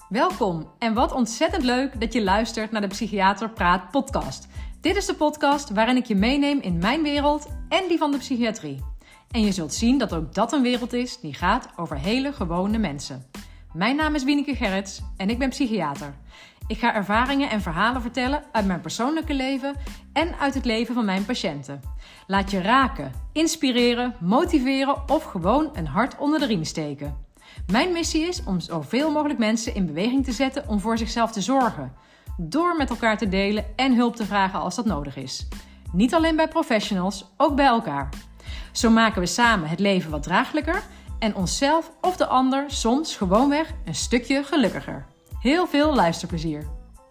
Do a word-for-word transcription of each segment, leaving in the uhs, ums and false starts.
Welkom en wat ontzettend leuk dat je luistert naar de Psychiater Praat podcast. Dit is de podcast waarin ik je meeneem in mijn wereld en die van de psychiatrie. En je zult zien dat ook dat een wereld is die gaat over hele gewone mensen. Mijn naam is Wieneke Gerrits en ik ben psychiater. Ik ga ervaringen en verhalen vertellen uit mijn persoonlijke leven en uit het leven van mijn patiënten. Laat je raken, inspireren, motiveren of gewoon een hart onder de riem steken. Mijn missie is om zoveel mogelijk mensen in beweging te zetten om voor zichzelf te zorgen. Door met elkaar te delen en hulp te vragen als dat nodig is. Niet alleen bij professionals, ook bij elkaar. Zo maken we samen het leven wat draaglijker en onszelf of de ander soms gewoonweg een stukje gelukkiger. Heel veel luisterplezier.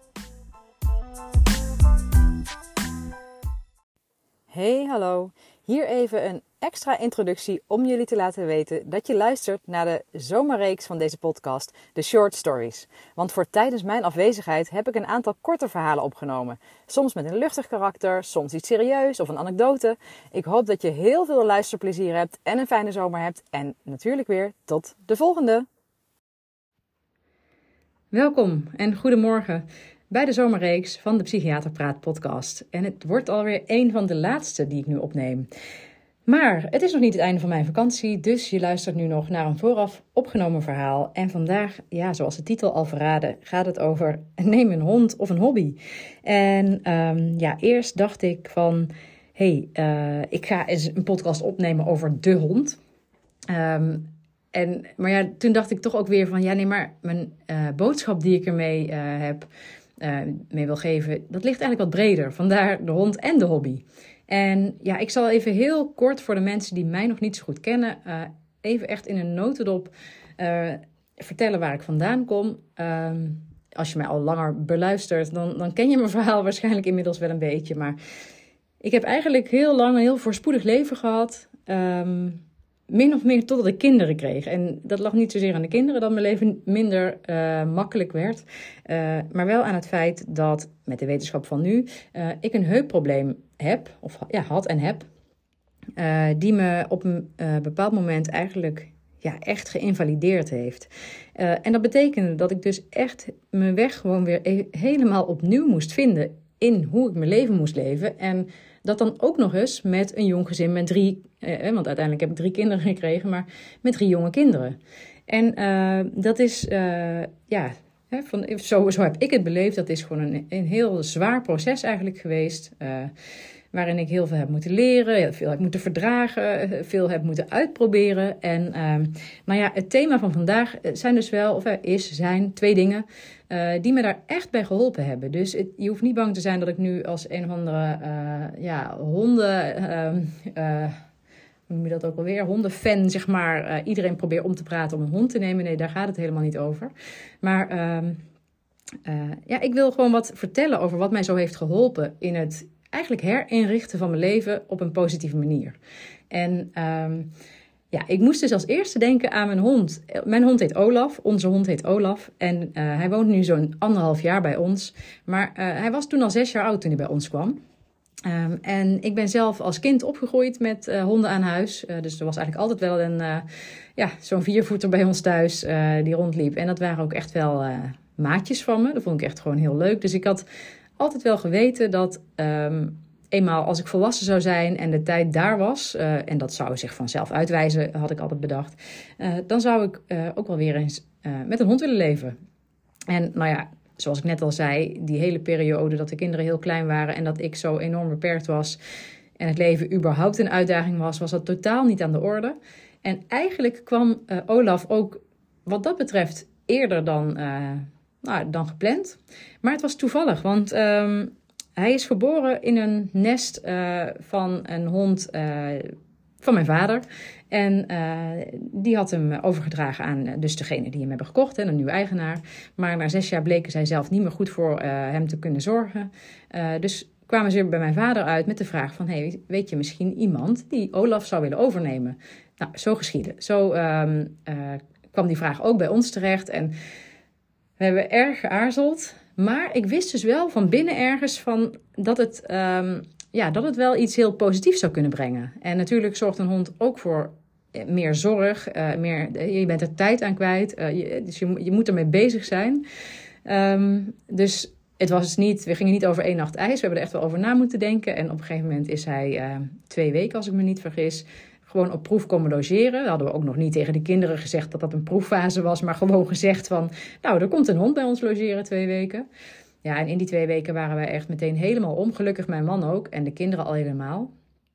Hey, hallo. Hier even een extra introductie om jullie te laten weten dat je luistert naar de zomerreeks van deze podcast, de Short Stories. Want voor tijdens mijn afwezigheid heb ik een aantal korte verhalen opgenomen. Soms met een luchtig karakter, soms iets serieus of een anekdote. Ik hoop dat je heel veel luisterplezier hebt en een fijne zomer hebt. En natuurlijk weer tot de volgende! Welkom en goedemorgen bij de zomerreeks van de Psychiater Praat podcast. En het wordt alweer een van de laatste die ik nu opneem. Maar het is nog niet het einde van mijn vakantie, dus je luistert nu nog naar een vooraf opgenomen verhaal. En vandaag, ja, zoals de titel al verraden, gaat het over neem een hond of een hobby. En um, ja, eerst dacht ik van, hé, hey, uh, ik ga eens een podcast opnemen over de hond. Um, en, maar ja, toen dacht ik toch ook weer van, ja nee, maar mijn uh, boodschap die ik ermee uh, heb, uh, mee wil geven, dat ligt eigenlijk wat breder. Vandaar de hond en de hobby. En ja, ik zal even heel kort voor de mensen die mij nog niet zo goed kennen, uh, even echt in een notendop uh, vertellen waar ik vandaan kom. Uh, als je mij al langer beluistert, dan, dan ken je mijn verhaal waarschijnlijk inmiddels wel een beetje. Maar ik heb eigenlijk heel lang een heel voorspoedig leven gehad. Um, min of meer totdat ik kinderen kreeg. En dat lag niet zozeer aan de kinderen dat mijn leven minder uh, makkelijk werd. Uh, maar wel aan het feit dat, met de wetenschap van nu, uh, ik een heupprobleem heb, of ja, had en heb, uh, die me op een uh, bepaald moment eigenlijk ja, echt geïnvalideerd heeft. Uh, en dat betekende dat ik dus echt mijn weg gewoon weer e- helemaal opnieuw moest vinden in hoe ik mijn leven moest leven. En dat dan ook nog eens met een jong gezin met drie, eh, want uiteindelijk heb ik drie kinderen gekregen, maar met drie jonge kinderen. En uh, dat is, uh, ja, hè, van, zo, zo heb ik het beleefd. Dat is gewoon een, een heel zwaar proces eigenlijk geweest. Uh, waarin ik heel veel heb moeten leren, heel veel heb moeten verdragen, veel heb moeten uitproberen. En uh, nou ja, het thema van vandaag zijn dus wel, of is, zijn twee dingen uh, die me daar echt bij geholpen hebben. Dus het, je hoeft niet bang te zijn dat ik nu als een of andere uh, ja, honden, uh, uh, hoe noem je dat ook alweer, hondenfan, zeg maar, uh, iedereen probeer om te praten om een hond te nemen. Nee, daar gaat het helemaal niet over. Maar uh, uh, ja, ik wil gewoon wat vertellen over wat mij zo heeft geholpen in het eigenlijk herinrichten van mijn leven op een positieve manier. En um, ja, ik moest dus als eerste denken aan mijn hond. Mijn hond heet Olaf, onze hond heet Olaf. En uh, hij woont nu zo'n anderhalf jaar bij ons. Maar uh, hij was toen al zes jaar oud toen hij bij ons kwam. Um, en ik ben zelf als kind opgegroeid met uh, honden aan huis. Uh, dus er was eigenlijk altijd wel een, uh, ja, zo'n viervoeter bij ons thuis uh, die rondliep. En dat waren ook echt wel uh, maatjes van me. Dat vond ik echt gewoon heel leuk. Dus ik had altijd wel geweten dat um, eenmaal als ik volwassen zou zijn en de tijd daar was, uh, en dat zou zich vanzelf uitwijzen, had ik altijd bedacht, uh, dan zou ik uh, ook wel weer eens uh, met een hond willen leven. En nou ja, zoals ik net al zei, die hele periode dat de kinderen heel klein waren en dat ik zo enorm beperkt was en het leven überhaupt een uitdaging was, was dat totaal niet aan de orde. En eigenlijk kwam uh, Olaf ook wat dat betreft eerder dan Uh, Nou, dan gepland. Maar het was toevallig, want um, hij is geboren in een nest uh, van een hond uh, van mijn vader. En uh, die had hem overgedragen aan uh, dus degene die hem hebben gekocht, hè, een nieuwe eigenaar. Maar na zes jaar bleken zij zelf niet meer goed voor uh, hem te kunnen zorgen. Uh, dus kwamen ze bij mijn vader uit met de vraag van, hey, weet je misschien iemand die Olaf zou willen overnemen? Nou, zo geschiedde. Zo um, uh, kwam die vraag ook bij ons terecht en we hebben erg geaarzeld, maar ik wist dus wel van binnen ergens van dat het, um, ja, dat het wel iets heel positiefs zou kunnen brengen. En natuurlijk zorgt een hond ook voor meer zorg, uh, meer, je bent er tijd aan kwijt. Uh, je, dus je, je moet ermee bezig zijn. Um, dus het was niet, we gingen niet over één nacht ijs. We hebben er echt wel over na moeten denken. En op een gegeven moment is hij uh, twee weken, als ik me niet vergis, gewoon op proef komen logeren. Dat hadden we ook nog niet tegen de kinderen gezegd dat dat een proeffase was. Maar gewoon gezegd van, nou, er komt een hond bij ons logeren twee weken. Ja, en in die twee weken waren wij echt meteen helemaal om. Gelukkig mijn man ook en de kinderen al helemaal.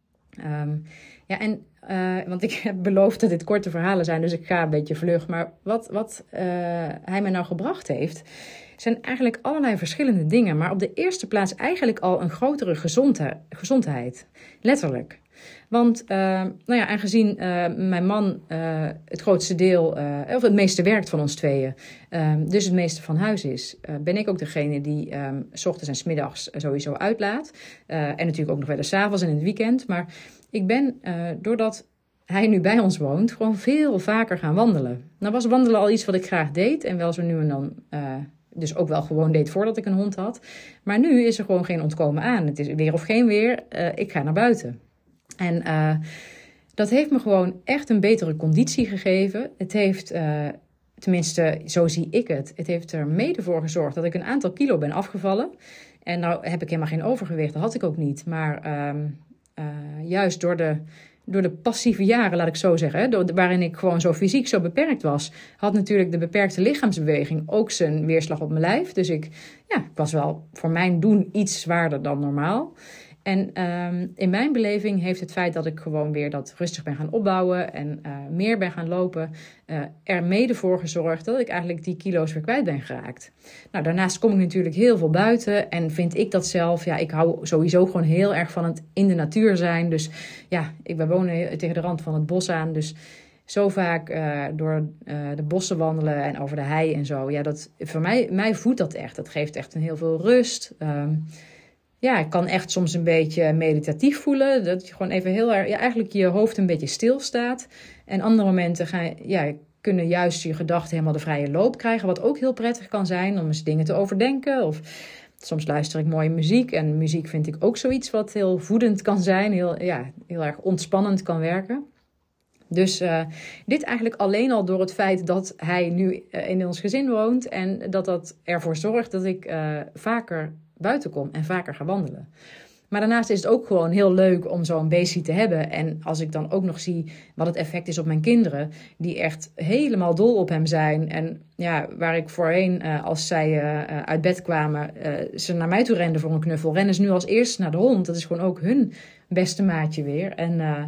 Um, ja, en uh, want ik heb beloofd dat dit korte verhalen zijn, dus ik ga een beetje vlug. Maar wat, wat uh, hij mij nou gebracht heeft, zijn eigenlijk allerlei verschillende dingen. Maar op de eerste plaats eigenlijk al een grotere gezondhe- gezondheid. Letterlijk. Want, uh, nou ja, aangezien uh, mijn man uh, het grootste deel, uh, of het meeste werkt van ons tweeën, uh, dus het meeste van huis is, uh, ben ik ook degene die um, 's ochtends en 's middags sowieso uitlaat. Uh, en natuurlijk ook nog wel eens 's avonds en in het weekend. Maar ik ben, uh, doordat hij nu bij ons woont, gewoon veel vaker gaan wandelen. Nou was wandelen al iets wat ik graag deed en wel zo nu en dan, uh, dus ook wel gewoon deed voordat ik een hond had. Maar nu is er gewoon geen ontkomen aan. Het is weer of geen weer, uh, ik ga naar buiten. En uh, dat heeft me gewoon echt een betere conditie gegeven. Het heeft, uh, tenminste zo zie ik het, het heeft er mede voor gezorgd dat ik een aantal kilo ben afgevallen. En nou heb ik helemaal geen overgewicht, dat had ik ook niet. Maar uh, uh, juist door de, door de passieve jaren, laat ik zo zeggen, hè, door de, waarin ik gewoon zo fysiek zo beperkt was, had natuurlijk de beperkte lichaamsbeweging ook zijn weerslag op mijn lijf. Dus ik, ja, ik was wel voor mijn doen iets zwaarder dan normaal. En um, in mijn beleving heeft het feit dat ik gewoon weer dat rustig ben gaan opbouwen en uh, meer ben gaan lopen, uh, er mede voor gezorgd dat ik eigenlijk die kilo's weer kwijt ben geraakt. Nou, daarnaast kom ik natuurlijk heel veel buiten en vind ik dat zelf, ja, ik hou sowieso gewoon heel erg van het in de natuur zijn. Dus ja, ik, wij wonen tegen de rand van het bos aan, dus zo vaak uh, door uh, de bossen wandelen en over de hei en zo. Ja, dat, voor mij, mij voedt dat echt. Dat geeft echt een heel veel rust. Um, Ja, ik kan echt soms een beetje meditatief voelen. Dat je gewoon even heel erg, ja, eigenlijk je hoofd een beetje stilstaat. En andere momenten gaan, ja, kunnen juist je gedachten helemaal de vrije loop krijgen. Wat ook heel prettig kan zijn om eens dingen te overdenken. Of soms luister ik mooie muziek. En muziek vind ik ook zoiets wat heel voedend kan zijn. Heel, ja, heel erg ontspannend kan werken. Dus uh, dit eigenlijk alleen al door het feit dat hij nu uh, in ons gezin woont. En dat dat ervoor zorgt dat ik uh, vaker buiten kom en vaker ga wandelen. Maar daarnaast is het ook gewoon heel leuk om zo'n beestje te hebben. En als ik dan ook nog zie wat het effect is op mijn kinderen, die echt helemaal dol op hem zijn. En ja, waar ik voorheen, uh, als zij uh, uit bed kwamen, uh, ze naar mij toe renden voor een knuffel, rennen ze nu als eerste naar de hond. Dat is gewoon ook hun beste maatje weer. En uh,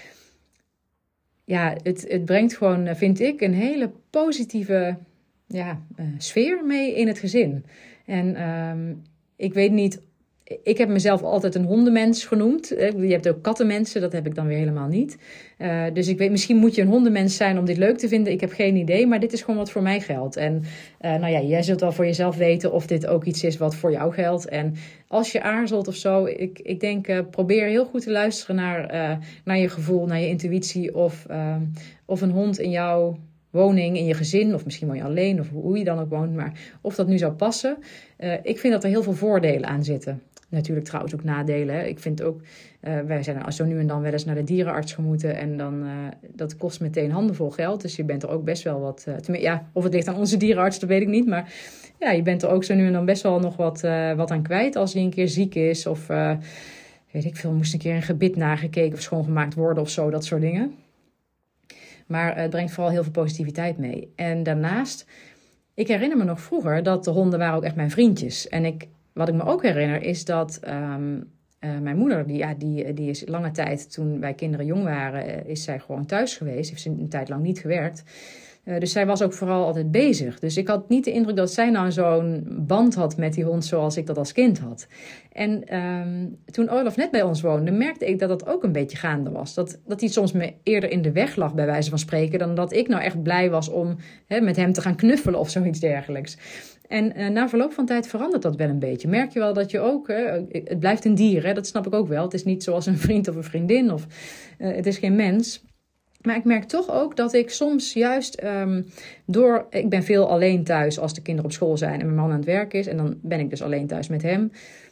ja, het, het brengt gewoon, vind ik, een hele positieve ja, uh, sfeer mee in het gezin. En um, ik weet niet, ik heb mezelf altijd een hondenmens genoemd. Je hebt ook kattenmensen, dat heb ik dan weer helemaal niet. Uh, dus ik weet, misschien moet je een hondenmens zijn om dit leuk te vinden. Ik heb geen idee, maar dit is gewoon wat voor mij geldt. En uh, nou ja, jij zult wel voor jezelf weten of dit ook iets is wat voor jou geldt. En als je aarzelt of zo, ik, ik denk, uh, probeer heel goed te luisteren naar, uh, naar je gevoel, naar je intuïtie. Of, uh, of een hond in jouw woning, in je gezin, of misschien woon je alleen, of hoe je dan ook woont, maar of dat nu zou passen. Uh, ik vind dat er heel veel voordelen aan zitten. Natuurlijk trouwens ook nadelen. Hè. Ik vind ook, uh, wij zijn als zo nu en dan wel eens naar de dierenarts gemoeten en dan, uh, dat kost meteen handenvol geld. Dus je bent er ook best wel wat, uh, tenminste, ja, of het ligt aan onze dierenarts, dat weet ik niet, maar ja, je bent er ook zo nu en dan best wel nog wat, uh, wat aan kwijt als hij een keer ziek is of, uh, weet ik veel, moest een keer een gebit nagekeken of schoongemaakt worden of zo, dat soort dingen. Maar het brengt vooral heel veel positiviteit mee. En daarnaast, ik herinner me nog vroeger dat de honden waren ook echt mijn vriendjes. En ik, wat ik me ook herinner is dat um, uh, mijn moeder, die, ja, die, die is lange tijd, toen wij kinderen jong waren, is zij gewoon thuis geweest. Heeft ze een tijd lang niet gewerkt. Uh, dus zij was ook vooral altijd bezig. Dus ik had niet de indruk dat zij nou zo'n band had met die hond zoals ik dat als kind had. En um, toen Olaf net bij ons woonde, merkte ik dat dat ook een beetje gaande was. Dat, dat hij soms me eerder in de weg lag, bij wijze van spreken, dan dat ik nou echt blij was om he, met hem te gaan knuffelen of zoiets dergelijks. En uh, na verloop van tijd verandert dat wel een beetje. Merk je wel dat je ook, hè, het blijft een dier, hè, dat snap ik ook wel. Het is niet zoals een vriend of een vriendin of uh, het is geen mens. Maar ik merk toch ook dat ik soms juist um, door... Ik ben veel alleen thuis als de kinderen op school zijn en mijn man aan het werk is. En dan ben ik dus alleen thuis met hem.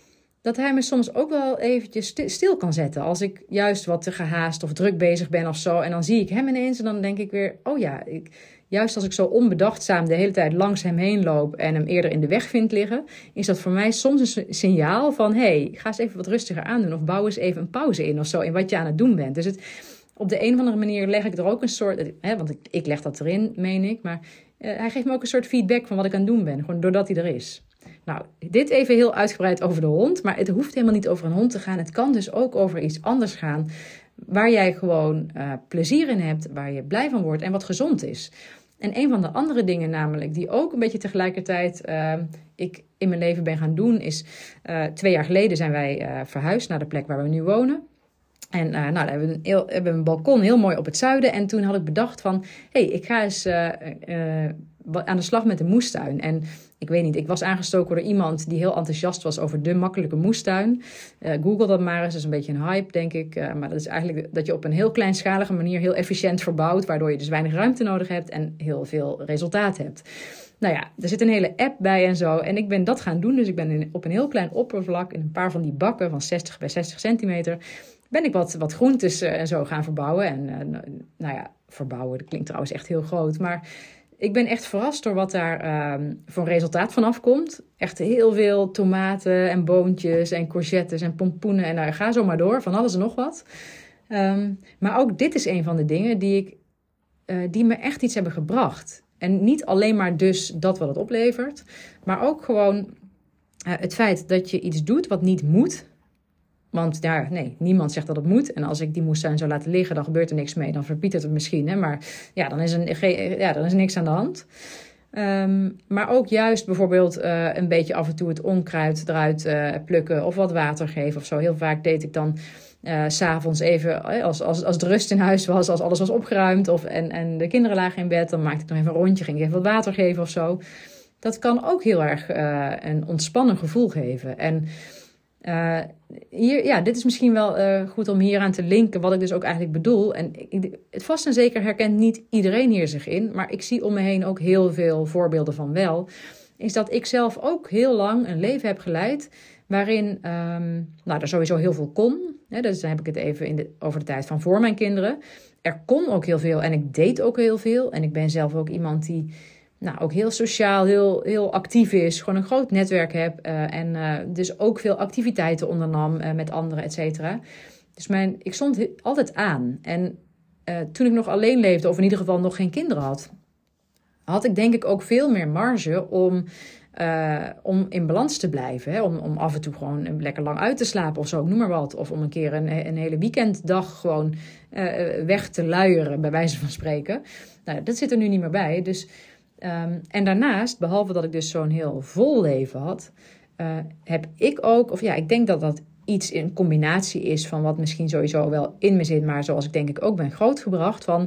dat hij me soms ook wel eventjes stil kan zetten. Als ik juist wat te gehaast of druk bezig ben of zo. En dan zie ik hem ineens en dan denk ik weer, oh ja, ik, juist als ik zo onbedachtzaam de hele tijd langs hem heen loop en hem eerder in de weg vind liggen, is dat voor mij soms een signaal van, hé, hey, ga eens even wat rustiger aandoen of bouw eens even een pauze in of zo in wat je aan het doen bent. Dus het, op de een of andere manier leg ik er ook een soort, hè, want ik, ik leg dat erin, meen ik, maar uh, hij geeft me ook een soort feedback van wat ik aan het doen ben, gewoon doordat hij er is. Nou, dit even heel uitgebreid over de hond, maar het hoeft helemaal niet over een hond te gaan. Het kan dus ook over iets anders gaan, waar jij gewoon uh, plezier in hebt, waar je blij van wordt en wat gezond is. En een van de andere dingen namelijk, die ook een beetje tegelijkertijd uh, ik in mijn leven ben gaan doen, is uh, twee jaar geleden zijn wij uh, verhuisd naar de plek waar we nu wonen. En uh, nou, dan hebben we, een heel, hebben we een balkon heel mooi op het zuiden. En toen had ik bedacht van, hé, hey, ik ga eens uh, uh, aan de slag met de moestuin. En ik weet niet, ik was aangestoken door iemand die heel enthousiast was over de makkelijke moestuin. Uh, Google dat maar eens, dat is een beetje een hype, denk ik. Uh, maar dat is eigenlijk dat je op een heel kleinschalige manier heel efficiënt verbouwt, waardoor je dus weinig ruimte nodig hebt en heel veel resultaat hebt. Nou ja, er zit een hele app bij en zo. En ik ben dat gaan doen. Dus ik ben in, op een heel klein oppervlak, in een paar van die bakken van zestig bij zestig centimeter, ben ik wat, wat groentes uh, en zo gaan verbouwen. En uh, nou ja, verbouwen, dat klinkt trouwens echt heel groot. Maar ik ben echt verrast door wat daar uh, voor resultaat van afkomt. Echt heel veel tomaten en boontjes en courgettes en pompoenen. En nou, ga zo maar door, van alles en nog wat. Um, maar ook dit is een van de dingen die, ik, uh, die me echt iets hebben gebracht. En niet alleen maar dus dat wat het oplevert. Maar ook gewoon uh, het feit dat je iets doet wat niet moet. Want ja, nee, niemand zegt dat het moet. En als ik die moestuin zou laten liggen, dan gebeurt er niks mee. Dan verpietert het misschien. Hè? Maar ja, dan is er, ja, dan is er niks aan de hand. Um, maar ook juist bijvoorbeeld uh, een beetje af en toe het onkruid eruit uh, plukken. Of wat water geven of zo. Heel vaak deed ik dan uh, 's avonds even, als, als, als de rust in huis was, als alles was opgeruimd. Of, en, en de kinderen lagen in bed, dan maakte ik nog even een rondje. Ging ik even wat water geven of zo. Dat kan ook heel erg uh, een ontspannen gevoel geven. En Uh, hier, ja, dit is misschien wel uh, goed om hier aan te linken wat ik dus ook eigenlijk bedoel. En ik, het vast en zeker herkent niet iedereen hier zich in, maar ik zie om me heen ook heel veel voorbeelden van wel. Is dat ik zelf ook heel lang een leven heb geleid waarin um, nou, er sowieso heel veel kon. Hè, dus dan heb ik het even in de, over de tijd van voor mijn kinderen. Er kon ook heel veel en ik deed ook heel veel. En ik ben zelf ook iemand die nou, ook heel sociaal, heel, heel actief is. Gewoon een groot netwerk heb. Uh, en uh, dus ook veel activiteiten ondernam uh, met anderen, et cetera. Dus mijn, ik stond altijd aan. En uh, toen ik nog alleen leefde, of in ieder geval nog geen kinderen had, had ik denk ik ook veel meer marge om, uh, om in balans te blijven. Hè? Om, om af en toe gewoon lekker lang uit te slapen of zo, noem maar wat. Of om een keer een, een hele weekenddag gewoon uh, weg te luieren, bij wijze van spreken. Nou, dat zit er nu niet meer bij. Dus Um, en daarnaast, behalve dat ik dus zo'n heel vol leven had, uh, heb ik ook, of ja, ik denk dat dat iets in combinatie is van wat misschien sowieso wel in me zit, maar zoals ik denk ik ook ben grootgebracht van,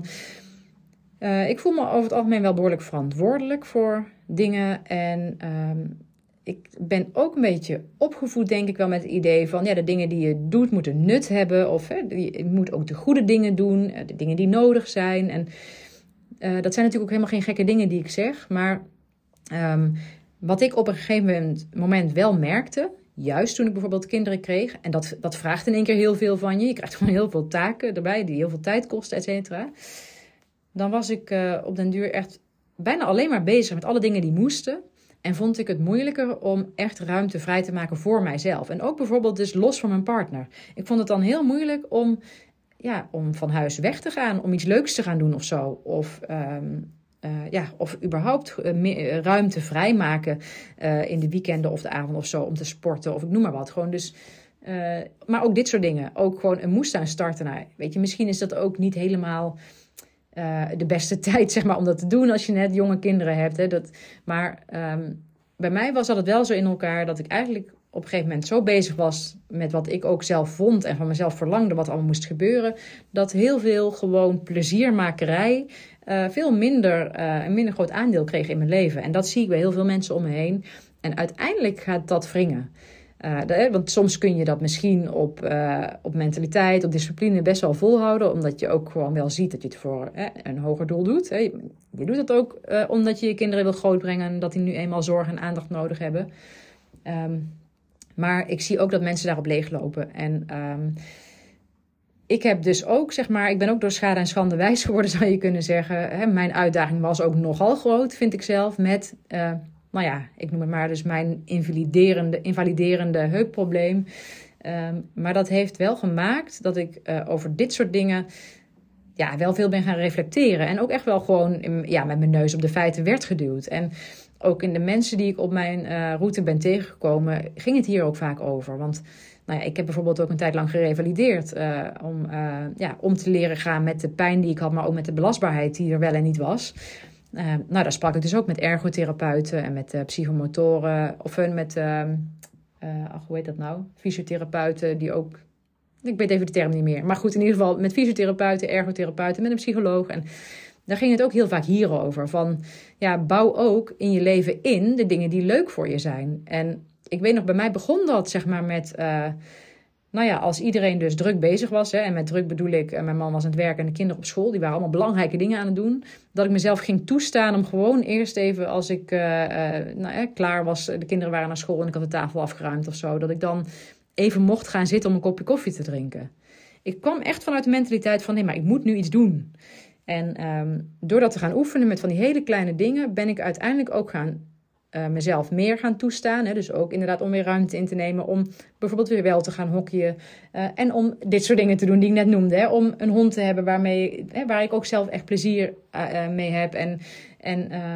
uh, ik voel me over het algemeen wel behoorlijk verantwoordelijk voor dingen en um, ik ben ook een beetje opgevoed, denk ik wel, met het idee van, ja, de dingen die je doet moeten nut hebben, of hè, je moet ook de goede dingen doen, de dingen die nodig zijn. En Uh, dat zijn natuurlijk ook helemaal geen gekke dingen die ik zeg. Maar um, wat ik op een gegeven moment, moment wel merkte, juist toen ik bijvoorbeeld kinderen kreeg, en dat, dat vraagt in één keer heel veel van je. Je krijgt gewoon heel veel taken erbij die heel veel tijd kosten, et cetera. Dan was ik uh, op den duur echt bijna alleen maar bezig met alle dingen die moesten. En vond ik het moeilijker om echt ruimte vrij te maken voor mijzelf. En ook bijvoorbeeld dus los van mijn partner. Ik vond het dan heel moeilijk om, ja, om van huis weg te gaan, om iets leuks te gaan doen of zo. Of, um, uh, ja, of überhaupt uh, meer, ruimte vrijmaken uh, in de weekenden of de avond of zo om te sporten of ik noem maar wat. Gewoon dus, uh, maar ook dit soort dingen. Ook gewoon een moestuin starten. Nou, weet je, misschien is dat ook niet helemaal uh, de beste tijd, zeg maar, om dat te doen als je net jonge kinderen hebt. Hè. Dat, maar um, bij mij was dat wel zo in elkaar dat ik eigenlijk op een gegeven moment zo bezig was met wat ik ook zelf vond en van mezelf verlangde wat allemaal moest gebeuren, dat heel veel gewoon pleziermakerij uh, veel minder, uh, een minder groot aandeel kreeg in mijn leven. En dat zie ik bij heel veel mensen om me heen. En uiteindelijk gaat dat wringen. Uh, de, want soms kun je dat misschien op, uh, op mentaliteit, op discipline best wel volhouden, omdat je ook gewoon wel ziet dat je het voor eh, een hoger doel doet. Hè. Je, je doet het ook uh, omdat je je kinderen wil grootbrengen en dat die nu eenmaal zorg en aandacht nodig hebben. Um, Maar ik zie ook dat mensen daarop leeglopen. En um, ik heb dus ook, zeg maar, ik ben ook door schade en schande wijs geworden, zou je kunnen zeggen. Hè, mijn uitdaging was ook nogal groot, vind ik zelf, met, uh, nou ja, ik noem het maar dus mijn invaliderende, invaliderende heupprobleem. Um, maar dat heeft wel gemaakt dat ik uh, over dit soort dingen ja, wel veel ben gaan reflecteren. En ook echt wel gewoon ja, met mijn neus op de feiten werd geduwd. En ook in de mensen die ik op mijn uh, route ben tegengekomen, ging het hier ook vaak over. Want nou ja, ik heb bijvoorbeeld ook een tijd lang gerevalideerd uh, om, uh, ja, om te leren gaan met de pijn die ik had, maar ook met de belastbaarheid die er wel en niet was. Uh, nou, daar sprak ik dus ook met ergotherapeuten en met uh, psychomotoren. Of uh, met, uh, uh, ach, hoe heet dat nou? Fysiotherapeuten die ook, ik weet even de term niet meer. Maar goed, in ieder geval met fysiotherapeuten, ergotherapeuten, met een psycholoog. En daar ging het ook heel vaak hierover. Van, ja, bouw ook in je leven in de dingen die leuk voor je zijn. En ik weet nog, bij mij begon dat zeg maar met, uh, nou ja, als iedereen dus druk bezig was. Hè, en met druk bedoel ik, uh, mijn man was aan het werken en de kinderen op school. Die waren allemaal belangrijke dingen aan het doen. Dat ik mezelf ging toestaan om gewoon eerst even, als ik uh, uh, nou, ja, klaar was. De kinderen waren naar school en ik had de tafel afgeruimd of zo. Dat ik dan even mocht gaan zitten om een kopje koffie te drinken. Ik kwam echt vanuit de mentaliteit van, nee, maar ik moet nu iets doen. En um, door dat te gaan oefenen met van die hele kleine dingen, ben ik uiteindelijk ook gaan uh, mezelf meer gaan toestaan. Hè? Dus ook inderdaad om weer ruimte in te nemen, om bijvoorbeeld weer wel te gaan hockeyen. Uh, en om dit soort dingen te doen die ik net noemde. Hè? Om een hond te hebben waarmee, hè, waar ik ook zelf echt plezier uh, mee heb. En, en uh,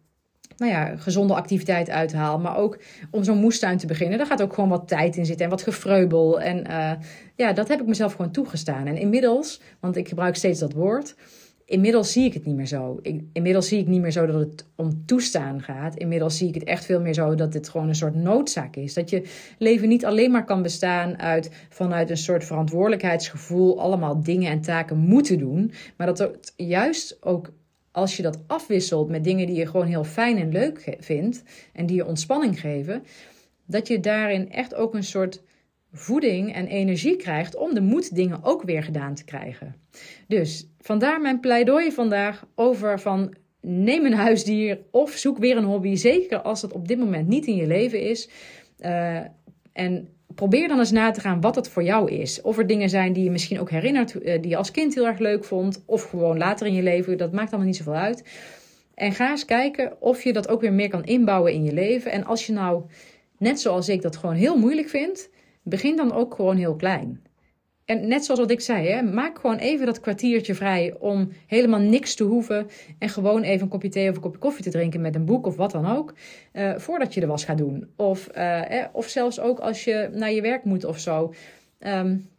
nou ja, gezonde activiteit uithaal. Maar ook om zo'n moestuin te beginnen. Daar gaat ook gewoon wat tijd in zitten en wat gefreubel. En uh, ja, dat heb ik mezelf gewoon toegestaan. En inmiddels, want ik gebruik steeds dat woord, inmiddels zie ik het niet meer zo. Ik, inmiddels zie ik niet meer zo dat het om toestaan gaat. Inmiddels zie ik het echt veel meer zo dat dit gewoon een soort noodzaak is. Dat je leven niet alleen maar kan bestaan uit vanuit een soort verantwoordelijkheidsgevoel, allemaal dingen en taken moeten doen. Maar dat het juist ook, als je dat afwisselt met dingen die je gewoon heel fijn en leuk vindt en die je ontspanning geven, dat je daarin echt ook een soort voeding en energie krijgt om de moeddingen ook weer gedaan te krijgen. Dus vandaar mijn pleidooi vandaag over van neem een huisdier of zoek weer een hobby, zeker als dat op dit moment niet in je leven is. Uh, en probeer dan eens na te gaan wat het voor jou is. Of er dingen zijn die je misschien ook herinnert, uh, die je als kind heel erg leuk vond, of gewoon later in je leven, dat maakt allemaal niet zoveel uit. En ga eens kijken of je dat ook weer meer kan inbouwen in je leven. En als je nou, net zoals ik, dat gewoon heel moeilijk vindt, begin dan ook gewoon heel klein. En net zoals wat ik zei, hè, maak gewoon even dat kwartiertje vrij om helemaal niks te hoeven en gewoon even een kopje thee of een kopje koffie te drinken met een boek of wat dan ook, uh, voordat je de was gaat doen. Of, uh, eh, of zelfs ook als je naar je werk moet of zo. Um,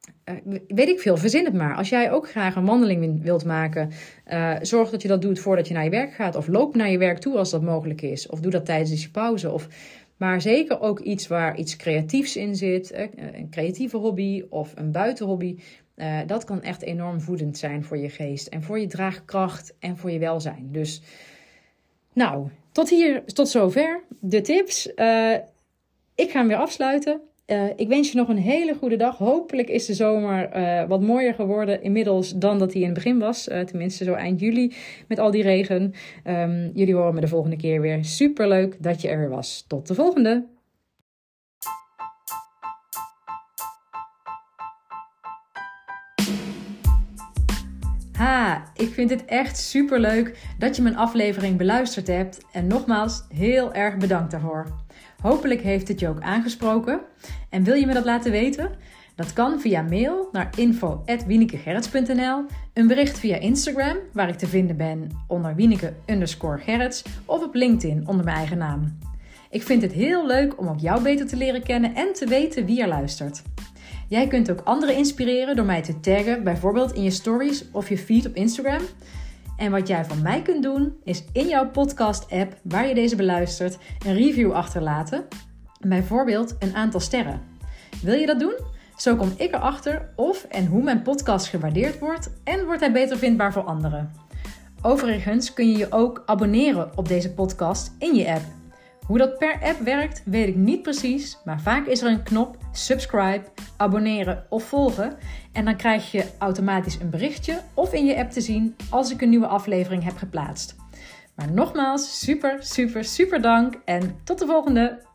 uh, weet ik veel, verzin het maar. Als jij ook graag een wandeling wilt maken, uh, zorg dat je dat doet voordat je naar je werk gaat. Of loop naar je werk toe als dat mogelijk is. Of doe dat tijdens je pauze. Of Maar zeker ook iets waar iets creatiefs in zit. Een creatieve hobby of een buitenhobby. Uh, dat kan echt enorm voedend zijn voor je geest. En voor je draagkracht en voor je welzijn. Dus nou, tot hier, tot zover de tips. Uh, ik ga hem weer afsluiten. Uh, ik wens je nog een hele goede dag. Hopelijk is de zomer uh, wat mooier geworden inmiddels dan dat hij in het begin was. Uh, tenminste zo eind juli met al die regen. Um, jullie horen me de volgende keer weer. Superleuk dat je er weer was. Tot de volgende! Ha, ik vind het echt superleuk dat je mijn aflevering beluisterd hebt. En nogmaals, heel erg bedankt daarvoor. Hopelijk heeft het je ook aangesproken. En wil je me dat laten weten? Dat kan via mail naar info at wienekegerrits punt n l, een bericht via Instagram, waar ik te vinden ben onder wieneke underscore gerrits, of op LinkedIn onder mijn eigen naam. Ik vind het heel leuk om ook jou beter te leren kennen en te weten wie er luistert. Jij kunt ook anderen inspireren door mij te taggen, bijvoorbeeld in je stories of je feed op Instagram. En wat jij van mij kunt doen, is in jouw podcast-app waar je deze beluistert, een review achterlaten. Bijvoorbeeld een aantal sterren. Wil je dat doen? Zo kom ik erachter of en hoe mijn podcast gewaardeerd wordt en wordt hij beter vindbaar voor anderen. Overigens kun je je ook abonneren op deze podcast in je app. Hoe dat per app werkt, weet ik niet precies, maar vaak is er een knop subscribe, abonneren of volgen. En dan krijg je automatisch een berichtje of in je app te zien als ik een nieuwe aflevering heb geplaatst. Maar nogmaals, super, super, super dank en tot de volgende!